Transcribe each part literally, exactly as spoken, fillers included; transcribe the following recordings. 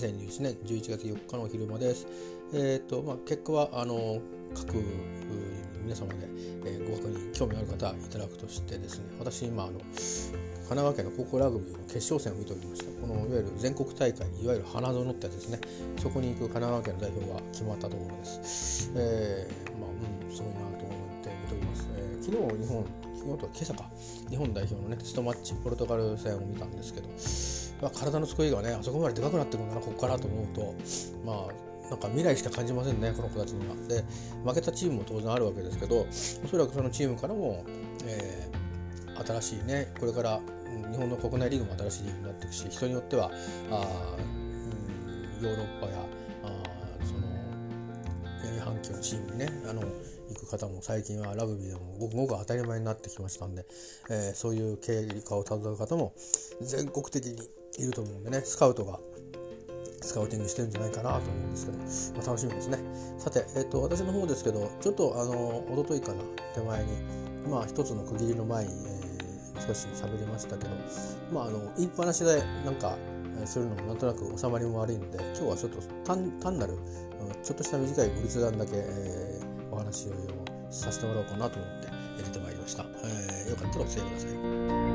せんにじゅういちねんじゅういちがつよっかの昼間です。えーとまあ、結果はあの各皆様で、えー、ご確認興味ある方いただくとしてですね、私今あの神奈川県の高校ラグビーの決勝戦を見ておりました。このいわゆる全国大会、いわゆる花園ってやつですね、そこに行く神奈川県の代表が決まったところです。えーまあうん、すごいなと思って見ております。えー、昨日日本昨日と今朝か日本代表のねテストマッチポルトガル戦を見たんですけど、まあ、体の作りがねあそこまででかくなってくるんだなここからと思うと、まあなんか未来しか感じませんね、この子たちには。で負けたチームも当然あるわけですけど、おそらくそのチームからも、えー、新しいねこれから日本の国内リーグも新しいリーグになっていくし、人によってはあ、うん、ヨーロッパやあその南半球のチームにねあの行く方も最近はラグビーでもごくごく当たり前になってきましたんで、えー、そういう経過をたどる方も全国的にいると思うんでね、スカウトがスカウティングしてるんじゃないかなと思うんですけど、まあ、楽しみですね。さて、えー、と私の方ですけど、ちょっとあの一昨日かな手前にまあ一つの区切りの前に、えー、少し喋りましたけど、まああの言いっぱなしでなんかするのもなんとなく収まりも悪いので、今日はちょっと 単, 単なるちょっとした短いご筆談だけ、えー、お話をさせてもらおうかなと思って出てまいりました。えー、よかったらお付き合いください。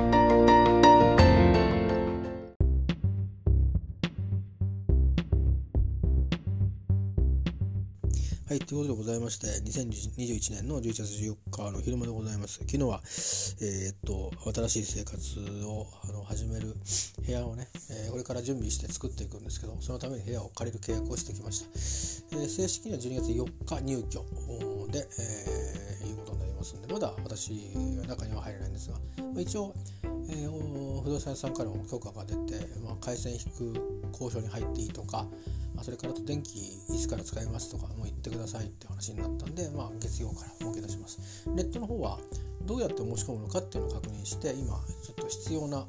はい、ということでございまして、にせんにじゅういちねんのじゅういちがつじゅうよっかの昼間でございます。昨日は、えー、っと新しい生活をあの始める部屋をね、えー、これから準備して作っていくんですけど、そのために部屋を借りる契約をしてきました。えー、正式にはじゅうにがつよっか入居で、えー、いうことになりますので、まだ私は中には入れないんですが、まあ、一応、えー、不動産屋さんからも許可が出て、まあ、回線引く交渉に入っていいとか、それからと電気いつから使いますとかもう言ってくださいって話になったんで、まあ、月曜から設け出します。ネットの方はどうやって申し込むのかっていうのを確認して、今ちょっと必要なあの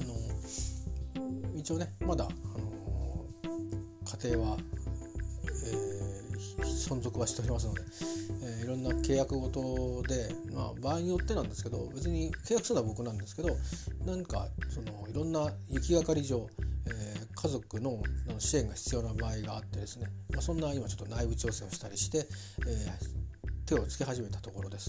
一応ねまだあの家庭は、えー、存続はしておりますので、えー、いろんな契約ごとで、まあ、場合によってなんですけど、別に契約するのは僕なんですけど、なんかそのいろんな行きがかり上えー、家族の支援が必要な場合があってですね、まあ、そんな今ちょっと内部調整をしたりして、えー、手をつけ始めたところです。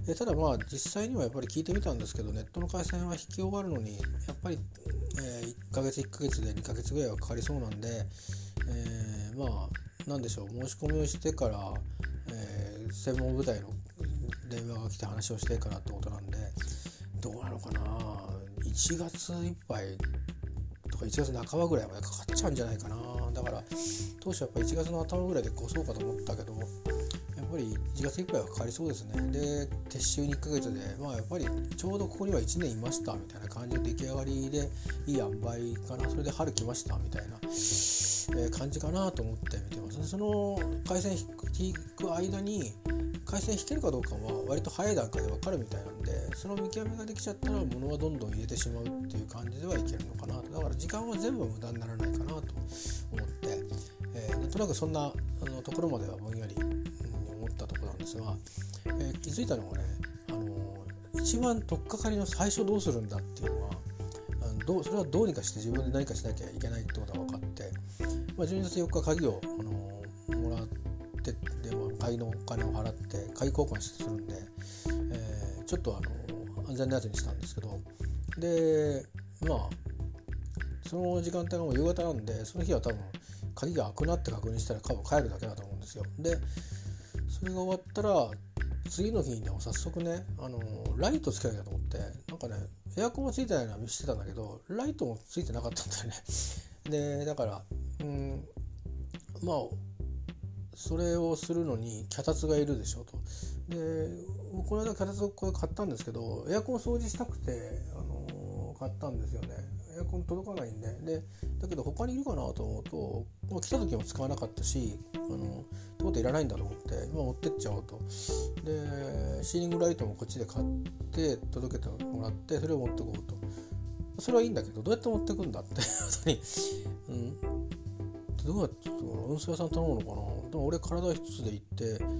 えー、ただまあ実際にはやっぱり聞いてみたんですけど、ネットの回線は引き終わるのにやっぱり、えー、いっかげついっかげつでにかげつぐらいはかかりそうなんで、えー、まあなんでしょう、申し込みをしてから、えー、専門部隊の電話が来て話をしてからってことなんで、どうなのかな、いちがついっぱいとかいちがつなかばぐらいまでかかっちゃうんじゃないかな。だから当初やっぱりいちがつの頭ぐらいで越そうかと思ったけど、やっぱりいちがついっぱいはかかりそうですね。で撤収にいっかげつで、まあやっぱりちょうどここにはいちねんいましたみたいな感じの出来上がりでいい塩梅かな、それで春来ましたみたいな、えー、感じかなと思って見てます。その回線引く間に回線引けるかどうかは割と早い段階で分かるみたいなんで、その見極めができちゃったら物はどんどん入れてしまうっていう感じではいけるのかなと。だから時間は全部無駄にならないかなと思って、えー、なんとなくそんなあのところまではぼんやり、うん、思ったところなんですが、えー、気づいたのがね、あの一番取っかかりの最初どうするんだっていうのは、あのどうそれはどうにかして自分で何かしなきゃいけないってことが分かって、まあ、じゅうにがつよっか鍵を、あのもらってでも鍵のお金を払って鍵交換するんで、えー、ちょっとあの安全なやつにしたんですけど、でまあその時間帯がもう夕方なんで、その日は多分鍵が開くなって確認したら多分帰るだけだと思うんですよ。でそれが終わったら次の日にでも早速ね、あのライトつけなきゃと思って、なんかねエアコンもついてないのは見せてたんだけどライトもついてなかったんだよね。でだからうんまあそれをするのに脚立がいるでしょと。でこの間脚立をこれ買ったんですけど、エアコン掃除したくて、あのー、買ったんですよね。エアコン届かないんで、でだけど他にいるかなと思うと、まあ、来た時も使わなかったし、あのってこといらないんだと思って、まあ、持ってっちゃおうと。でシーリングライトもこっちで買って届けてもらって、それを持ってこうと。それはいいんだけど、どうやって持ってくんだってことに、うん、どうやって運送屋さん頼むのかな。でも俺体一つで行って、うん、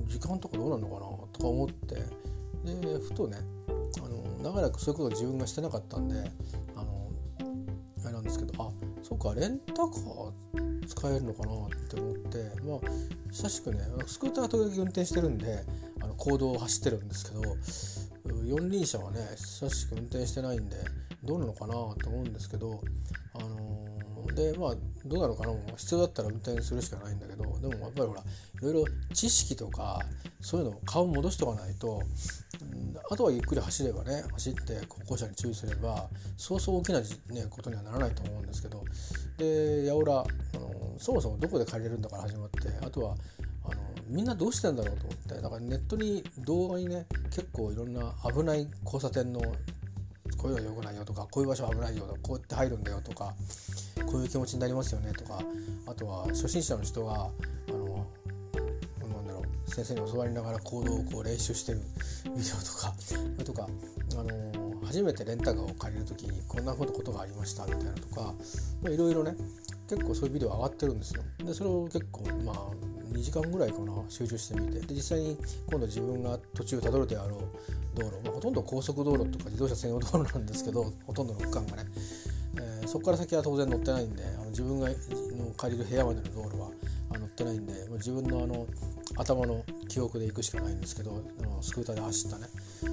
時間とかどうなるのかなとか思って、でふとね、あの長らくそういうことを自分がしてなかったんで、あのあれなんですけど、あそうかレンタカー使えるのかなって思って、まあ久しくねスクーター時々運転してるんであの公道を走ってるんですけど、四輪車はね久しく運転してないんでどうなのかなと思うんですけど、あのー、でまあどうなのかな、必要だったら運転するしかないんだけど、でもやっぱりほらいろいろ知識とかそういうのを顔戻しておかないと、あとはゆっくり走ればね、走って歩行者に注意すればそうそう大きな、ね、ことにはならないと思うんですけど、でやおら、あのそもそもどこで借りれるんだから始まって、あとはあのみんなどうしてんだろうと思って、だからネットに動画にね結構いろんな危ない交差点のこういうの良くないよとか、こういう場所危ないよとか、こうやって入るんだよとか、こういう気持ちになりますよねとか、あとは初心者の人があのなんだろう先生に教わりながら行動をこう練習してるビデオとか、それとかあの初めてレンタカーを借りるときにこんなことがありましたみたいなとか、いろいろね結構そういうビデオ上がってるんですよ。でそれを結構まあにじかんぐらいかな集中してみて、で実際に今度自分が途中たどるであろう道路、まあ、ほとんど高速道路とか自動車専用道路なんですけど、ほとんどの区間がね、えー、そこから先は当然乗ってないんで、あの自分がの借りる部屋までの道路は乗ってないんで、まあ、自分のあの頭の記憶で行くしかないんですけど、あのスクーターで走ったね、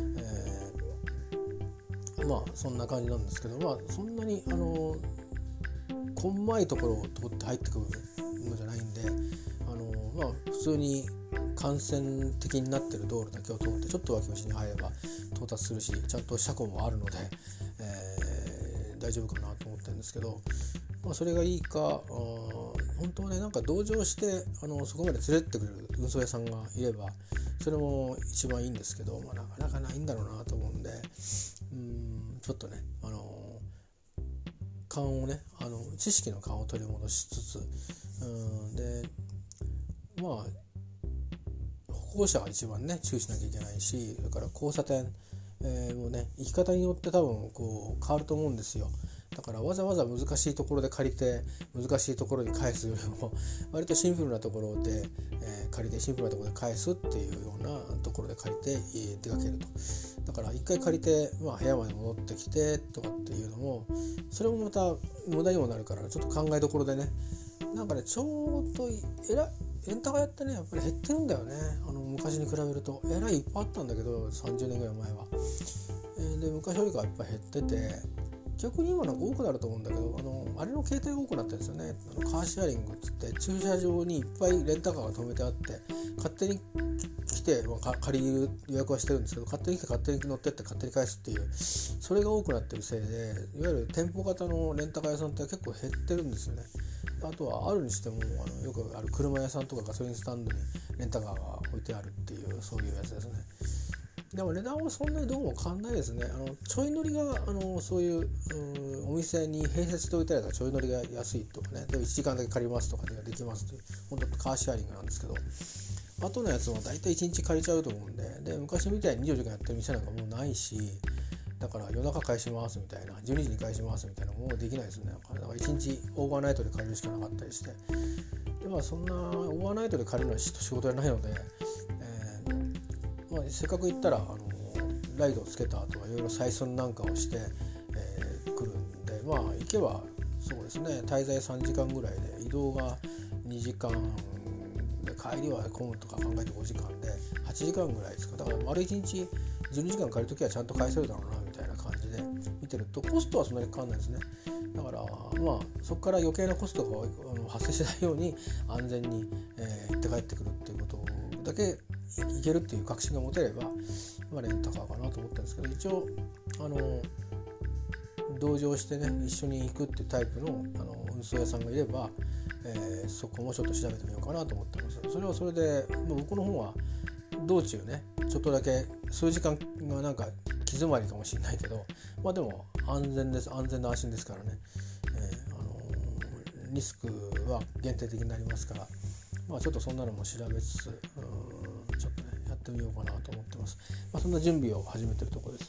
えー、まあそんな感じなんですけど、まあそんなにあのこんまいところを通って入ってくるのじゃないんで、あの、まあ、普通に幹線的になってる道路だけを通ってちょっと脇道に入れば到達するし、ちゃんと車庫もあるので、えー、大丈夫かなと思ってるんですけど、まあ、それがいいか、あ本当はねなんか同乗してあのそこまで連れてってくれる運送屋さんがいればそれも一番いいんですけど、まあ、なかなかないんだろうなと思うんで、うーんちょっとねあの勘をねあの知識の勘を取り戻しつつ、うんでまあ歩行者が一番ね注意しなきゃいけないし、それから交差点、えー、もね行き方によって多分こう変わると思うんですよ。だからわざわざ難しいところで借りて難しいところに返すよりも割とシンプルなところで、えー、借りてシンプルなところで返すっていうようなところで借りて、えー、出かけると。だから一回借りて、まあ、部屋まで戻ってきてとかっていうのもそれもまた無駄にもなるからちょっと考えどころでね、なんかねちょうどえらレンタカーやってねやっぱり減ってるんだよね。あの昔に比べるとえらいいっぱいあったんだけどさんじゅうねんぐらい前は、えー、で昔よりかはいっぱい減ってて、逆に今なんか多くなると思うんだけど、あのあれの形態が多くなってるんですよね。あのカーシェアリングっつって駐車場にいっぱいレンタカーが止めてあって勝手に来て、まあ、借りる予約はしてるんですけど勝手に来て勝手に乗ってって勝手に返すっていうそれが多くなってるせいで、いわゆる店舗型のレンタカー屋さんって結構減ってるんですよね。あとはあるにしてもあのよくある車屋さんとかガソリンスタンドにレンタカーが置いてあるっていうそういうやつですね。でも値段はそんなにどうも変わんないですね。あのちょい乗りがあのそういう、うん、お店に併設しておいたらちょい乗りが安いとかね、でいちじかんだけ借りますとかできますという本当カーシェアリングなんですけど、後のやつも大体いちにち借りちゃうと思うんで、で昔みたいににじゅうよじかんやってる店なんかもうないし、だから夜中返しますみたいなじゅうにじに返しますみたいなもうできないですね。だからいちにちオーバーナイトで借りるしかなかったりして、でまあそんなオーバーナイトで借りるのは仕事じゃないので、えーまあ、せっかく行ったらあのライドをつけた後はいろいろ採寸なんかをして、えー、来るんで、まあ行けばそうですね滞在さんじかんぐらいで移動がにじかんで帰りは混むとか考えてごじかんではちじかんぐらいですか。だから丸いちにちじゅうにじかん借りるときはちゃんと返せるだろうなみたいな感じで見てるとコストはそんなにかかんないですね。だからまあそこから余計なコストが発生しないように安全に、えー、行って帰ってくるっていうことだけいけるっていう確信が持てれば、まあ、レンタカーかなと思ったんですけど、一応あの同乗してね一緒に行くっていうタイプ の, あの運送屋さんがいれば、えー、そこもちょっと調べてみようかなと思ってます。それはそれで僕の方は道中ねちょっとだけ数時間がなんか行き詰まりかもしれないけど、まあでも安全です安全な安心ですからね、えーあのー、リスクは限定的になりますから、まあちょっとそんなのも調べつつちょっとねやってみようかなと思ってます。まあ、そんな準備を始めてるところです。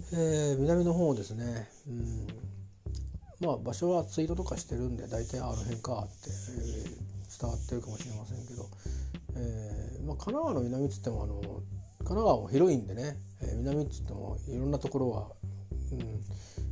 えー、南の方ですね、うんまあ場所はツイートとかしてるんで大体あの辺かって、えー、伝わってるかもしれませんけど、えーまあ、神奈川の南っつってもあの神奈川も広いんでね、えー、南っつってもいろんなところは、うん、あの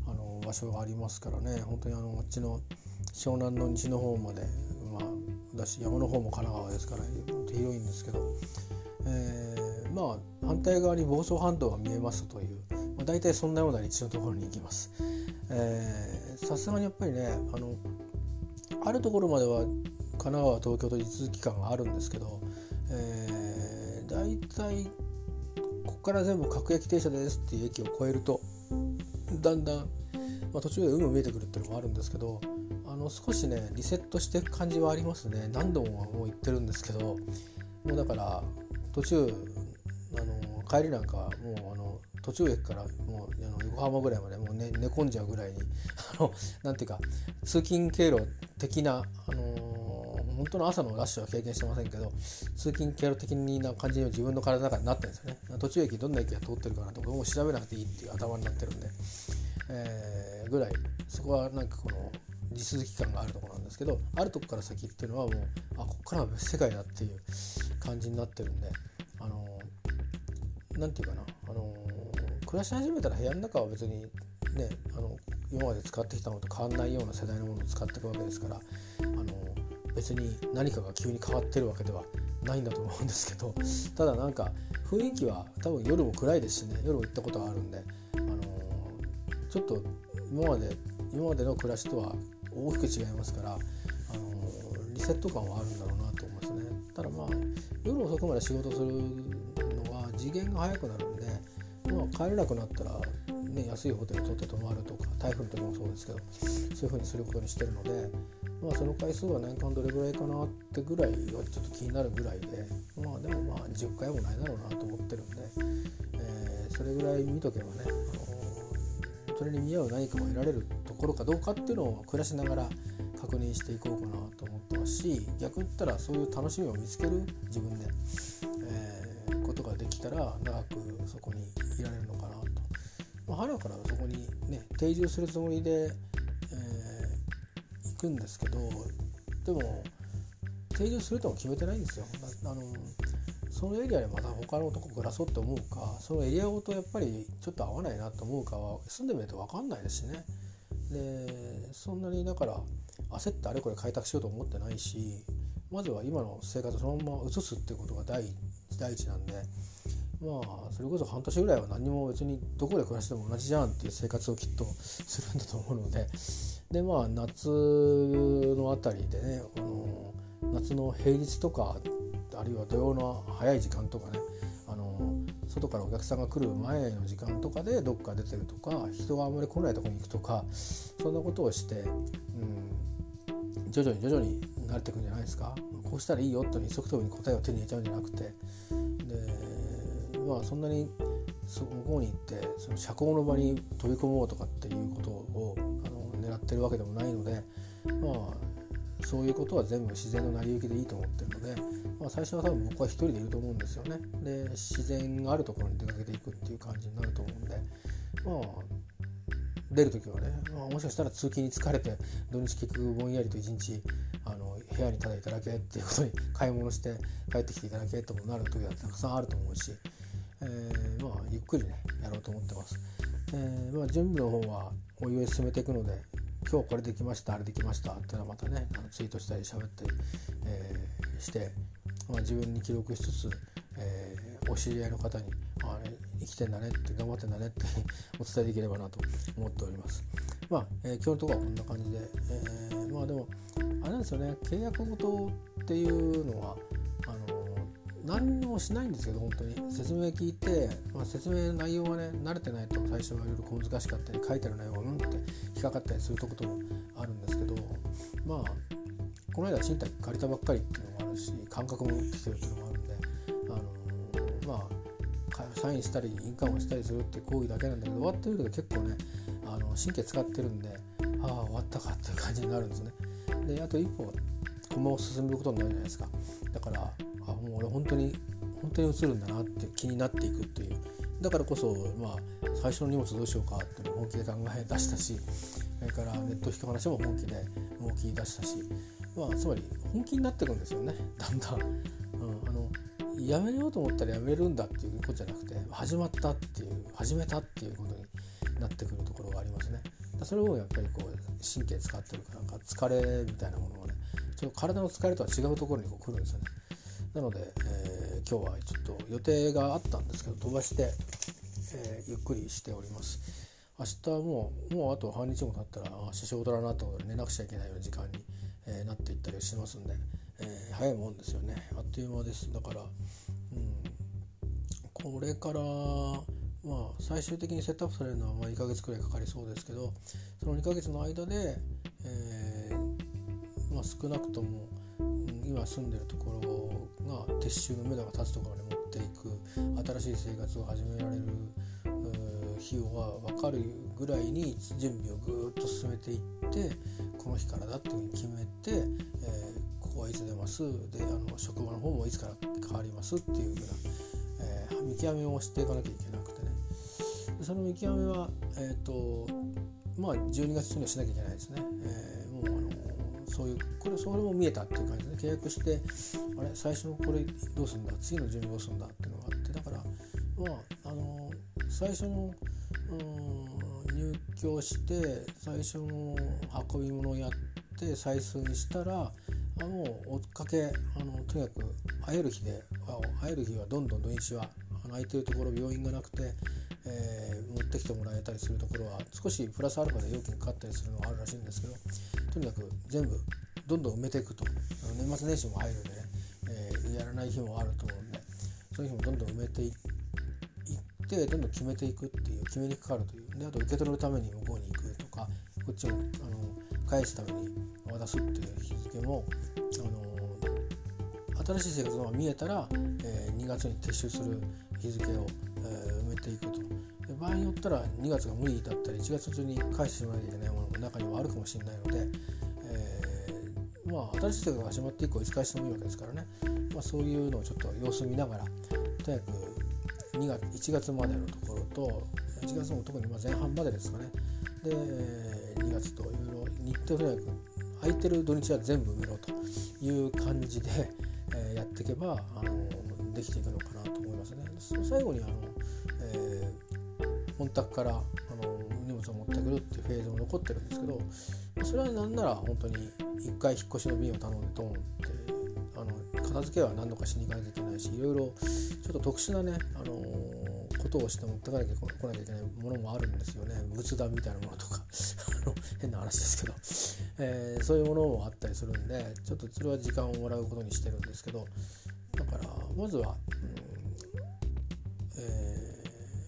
場所がありますからね、本当にあのあっちの湘南の西の方まで、まあ、だし山の方も神奈川ですから広いんですけど、えー、まあ反対側に房総半島が見えますという、まあ、大体そんなような立地のところに行きます。さすがにやっぱりね、あのあるところまでは神奈川東京と地続き感があるんですけど、えー、大体ここから全部各駅停車ですっていう駅を越えるとだんだん、まあ、途中で海も見えてくるっていうのもあるんですけど、あの少しねリセットしていく感じはありますね。何度ももう行ってるんですけど、もうだから途中あの帰りなんかもうあの途中駅からもうあの横浜ぐらいまでもう、ね、寝込んじゃうぐらいにあのなんていうか通勤経路的な、あのー、本当の朝のラッシュは経験してませんけど、通勤経路的な感じに自分の体の中になってるんですよね。途中駅どんな駅が通ってるかなとかもう調べなくていいっていう頭になってるんで、えー、ぐらいそこはなんかこの地続き感があるところなんですけど、あるとこから先っていうのはもうあここからは別世界だっていう感じになってるんで、あのー、なんていうかな、あのー、暮らし始めたら部屋の中は別にね、あの今まで使ってきたのと変わんないような世代のものを使っていくわけですから、あの別に何かが急に変わってるわけではないんだと思うんですけど、ただなんか雰囲気は多分夜も暗いですしね、夜も行ったことがあるんで、あのちょっと今まで今までの暮らしとは大きく違いますから、あのリセット感はあるんだろうなと思いますね。ただまあ夜遅くまで仕事するのは次元が早くなるんで、まあ、帰れなくなったらね、安いホテル取って泊まるとか、台風の時もそうですけどそういう風にすることにしてるので、まあ、その回数は年間どれぐらいかなってぐらいはちょっと気になるぐらいで、まあでもまあじゅっかいもないだろうなと思ってるんで、えー、それぐらい見とけばね、あのー、それに見合う何かを得られるところかどうかっていうのを暮らしながら確認していこうかなと思ってますし、逆に言ったらそういう楽しみを見つける自分で、えー、ことができたら長くそこにいられるのかなと。まあ、春からそこにね定住するつもりで、えー、行くんですけど、でも定住するとも決めてないんですよ。あのそのエリアでまた他のとこ暮らそうって思うか、そのエリアごとやっぱりちょっと合わないなと思うかは住んでみると分かんないですしね。でそんなにだから焦ってあれこれ開拓しようと思ってないし、まずは今の生活をそのまま移すっていうことが第第一なんで、まあそれこそ半年ぐらいは何も別にどこで暮らしても同じじゃんっていう生活をきっとするんだと思うので、でまあ夏のあたりでね、あの夏の平日とかあるいは土曜の早い時間とかね、あの外からお客さんが来る前の時間とかでどっか出てるとか、人があんまり来ないところに行くとか、そんなことをして、うん、徐々に徐々に慣れていくんじゃないですか。こうしたらいいよとに即答に答えを手に入れちゃうんじゃなくて、でまあそんなに向こうに行ってその社交の場に飛び込もうとかっていうことをあの狙ってるわけでもないので、まあそういうことは全部自然の成り行きでいいと思ってるので、まあ、最初は多分僕は一人でいると思うんですよね。で自然があるところに出かけていくっていう感じになると思うんで、まあ出るときはね、まあ、もしかしたら通勤に疲れて土日結局ぼんやりと一日あの部屋にただいただけっていうことに買い物して帰ってきていただけともなる時だってたくさんあると思うし、えー、まあゆっくりねやろうと思ってます。えーまあ、準備の方はおいおい進めていくので、今日これできましたあれできましたっていうのはまたねあのツイートしたり喋ったり、えー、して、まあ、自分に記録しつつ、えー、お知り合いの方にあれ生きてんだねって頑張ってんだねってお伝えできればなと思っております。まあ、えー、今日のところはこんな感じで、えー、まあでもあれなんですよね、契約ごとっていうのはあの何もしないんですけど、本当に説明聞いて、まあ、説明内容がね慣れてないと最初はいろいろ小難しかったり、書いてある内容がうんって引っかかったりすることもあるんですけど、まあこの間賃貸借りたばっかりっていうのもあるし、感覚も持ってきてるっていうのもあるんで、あのまあサインしたり印鑑をしたりするっていう行為だけなんだけど、終わってるけど結構ねあの神経使ってるんで、ああ終わったかっていう感じになるんですね。であと一歩駒を進めることになるじゃないですか。だからあもう俺本当に本当に映るんだなって気になっていくっていう、だからこそまあ最初の荷物どうしようかっていうのを本気で考え出したし、それからネット引く話も本気で動き出したし、まあつまり本気になっていくんですよね、だんだん、うん、あのやめようと思ったらやめるんだっていうことじゃなくて、始まったっていう始めたっていうことになってくるところがありますね。 それもやっぱりこう神経使ってるから、なんか疲れみたいなものがね、ちょっと体の疲れとは違うところにこう来るんですよね。なので、えー、今日はちょっと予定があったんですけど飛ばして、えー、ゆっくりしております。明日はもうもうあと半日も経ったら明日仕事だなってことで寝なくちゃいけないような時間に、えー、なっていったりしますんで、えー、早いもんですよね。あっという間です。だから、うん、これからまあ最終的にセットアップされるのはまあにかげつくらいかかりそうですけど、そのにかげつの間で、えーまあ、少なくとも今住んでるところが撤収の目処が立つところに持っていく、新しい生活を始められる費用が分かるぐらいに準備をぐーっと進めていって、この日からだっていうふうに決めて、えー、ここはいつ出ますで、あの職場の方もいつから変わりますっていうふうな、えー、見極めをしていかなきゃいけなくてね。でその見極めは、えーとまあ、じゅうにがつ中にはしなきゃいけないですね。えー、もうあのそういうこれそれも見えたっていう感じで、ね、契約してあれ最初のこれどうするんだ、次の準備どうするんだっていうのがあって、だからまああの最初の入居して最初の運び物をやって採寸したら、あもう追っかけあのとにかく会える日で会える日はどんどん土日はあの空いてるところ病院がなくて、えー、持ってきてもらえたりするところは少しプラスアルファで料金かかったりするのがあるらしいんですけど、とにかく全部どんどん埋めていくと、年末年始も入るんでね、えー、やらない日もあると思うんで、そういう日もどんどん埋めていってどんどん決めていくっていう、決めにかかるというで、あと受け取るために向こうに行くとか、こっちをあの返すために渡すっていう日付も、あの新しい生活が見えたら、えー、にがつに撤収する日付を、えー、埋めていくと。で場合によったらにがつが無理だったりいちがつ中に返してしまわなきゃいけないものも中にはあるかもしれないので、えー、まあ新しい生活が始まって以降いつ返してもいいわけですからね、まあ、そういうのをちょっと様子見ながら、とにかくにがついちがつまでのところといちがつも特に前半までですかね、でにがつといろいろ日程をとにかく空いてる土日は全部埋めろという感じで、えー、やっていけばあのできていくのかなと思いますね。最後にあの、えー、本宅からあの荷物を持ってくるっていうフェーズも残ってるんですけど、それはなんなら本当にいっかい引っ越しの便を頼んでドンってあの片付けは何度かしに行かなきゃいけないし、いろいろちょっと特殊なね、あのー、ことをして持ってかなきゃ来なきゃいけないものもあるんですよね。仏壇みたいなものとかあの変な話ですけど、えー、そういうものもあったりするんで、ちょっとそれは時間をもらうことにしてるんですけど、だからまずは、うんえ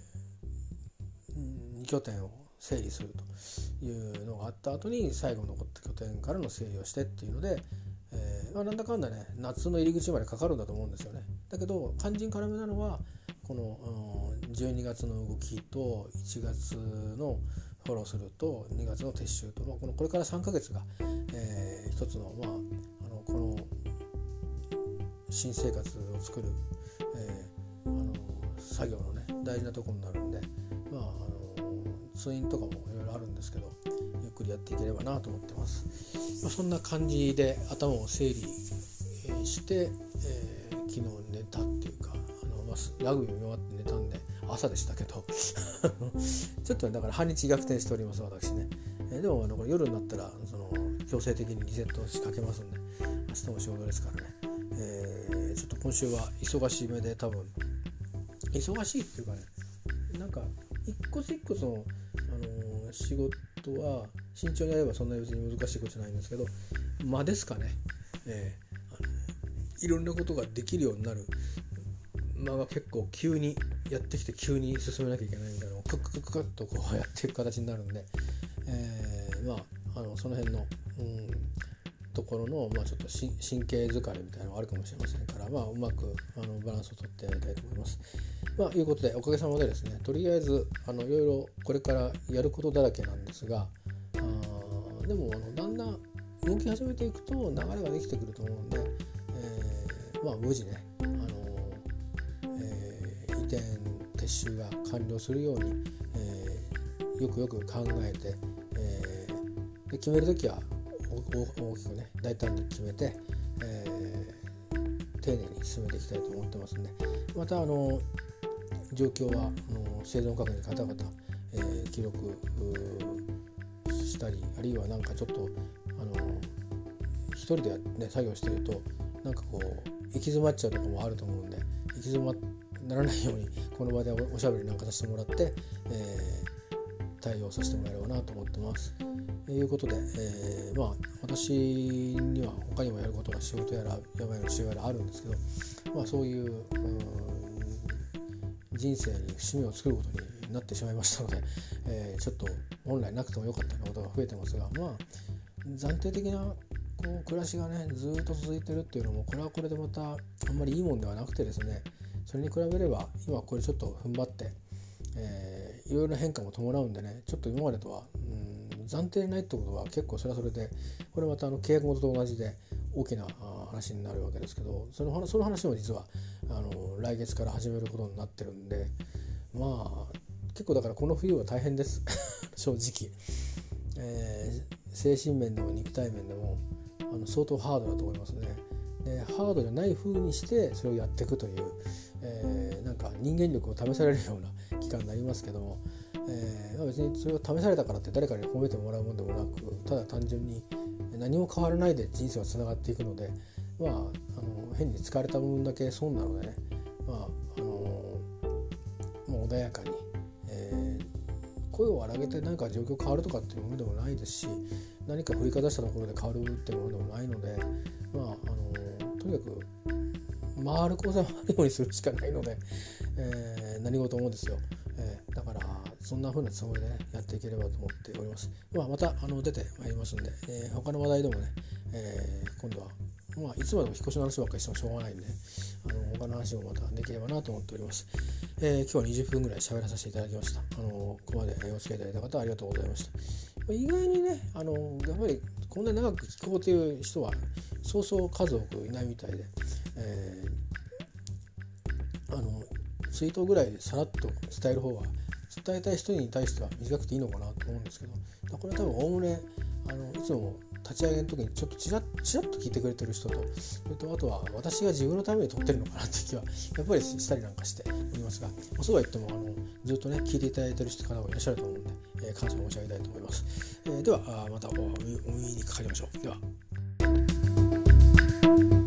ー、に拠点を整理するというのがあった後に最後残った拠点からの整理をしてっていうので、えーまあ、なんだかんだね夏の入り口までかかるんだと思うんですよね。だけど肝心要なのはこのじゅうにがつの動きといちがつのフォローするとにがつの撤収と、まあ、このこれからさんかげつが、えー、一つの、まあ、あのこの新生活を作る、えー、あの作業のね大事なところになるんで、まあ、あの通院とかもいろいろあるんですけどゆっくりやっていければなと思ってます。まあ、そんな感じで頭を整理して、えー、昨日寝たっていうかあの、まあ、ラグビー見終わって寝たんで朝でしたけどちょっとだから半日逆転しております私ね。えー、でもあのこれ夜になったらその強制的にリセットしかけますんで、明日も仕事ですからね、えー、ちょっと今週は忙しめで多分忙しいっていうかね、なんか一個一個その、あのー、仕事は慎重にやればそんなに別に難しいことじゃないんですけど、間ですかね、えー、あのいろんなことができるようになる間が結構急にやってきて急に進めなきゃいけないみたいなのをクッククックッとこうやっていく形になるんで、えー、まああのその辺の、うん、ところの、まあ、ちょっと神経疲れみたいなのがあるかもしれませんから、まあ、うまくあのバランスをとってやりたいと思います。まあ、いうことでおかげさまでですね、とりあえずあのいろいろこれからやることだらけなんですが、あでもあのだんだん動き始めていくと流れができてくると思うんで、えー、まあ無事ね、あのえー、移転撤収が完了するように、えー、よくよく考えて、えー、で決めるときは大きくね大胆に決めて、えー、丁寧に進めていきたいと思ってますんで、またあの状況はあの生存確認方々、えー、記録したり、あるいはなんかちょっとあの一人で、ね、作業してるとなんかこう行き詰まっちゃうところもあると思うんで、行き詰まならないようにこの場でおしゃべりなんかさせてもらって、えー、対応させてもらえればなと思ってます。ということで、えー、まあ私には他にもやることが仕事やら山やら仕事やらあるんですけど、まあ、そういう、うん、人生に節目を作ることになってしまいましたので、えー、ちょっと本来なくてもよかったようなことが増えてますが、まあ暫定的なこう暮らしがねずっと続いてるっていうのもこれはこれでまたあんまりいいもんではなくてですね、それに比べれば今これちょっと踏ん張って、えー、いろいろな変化も伴うんでね、ちょっと今までとは、うん、暫定ないってことは結構それはそれでこれまたあの契約元と同じで大きな話になるわけですけど、その、その話も実はあの来月から始めることになってるんで、まあ結構だからこの冬は大変です正直、えー、精神面でも肉体面でもあの相当ハードだと思いますね。でハードじゃない風にしてそれをやっていくという、えー、なんか人間力を試されるような期間になりますけども、えーまあ、別にそれを試されたからって誰かに褒めてもらうものでもなく、ただ単純に何も変わらないで人生はつながっていくので、まあ、あの変に疲れた分だけ損なのでね、まああのもう穏やかに、えー、声を荒げて何か状況変わるとかっていうものでもないですし、何か振りかざしたところで変わるっていうものでもないので、まああのとにかく回る講座を回るようにするしかないので、えー、何事もですよ、えー、だからそんな風なつもりで、ね、やっていければと思っております。まあ、またあの出てまいりますんで、えー、他の話題でもね、えー、今度は、まあ、いつまでも引っ越しの話ばっかりしてもしょうがないんで、あの他の話もまたできればなと思っております。えー、今日はにじゅっぷんぐらい喋らさせていただきました。あのここまでお付き合いいただいた方ありがとうございました。意外にね、あのやっぱりこんなに長く聞こうという人はそうそう数多くいないみたいで、えー、あのツイートぐらいでさらっと伝える方が伝えたい人に対しては短くていいのかなと思うんですけど、これは多分おおむねあのいつも立ち上げの時にちょっとちらっちらっと聞いてくれてる人と、それとあとは私が自分のために撮ってるのかなって気はやっぱりしたりなんかしておりますが、そうは言ってもあのずっとね聞いていただいてる方もいらっしゃると思うんで、えー、感謝申し上げたいと思います。えー、ではまたお耳にかかりましょう。では。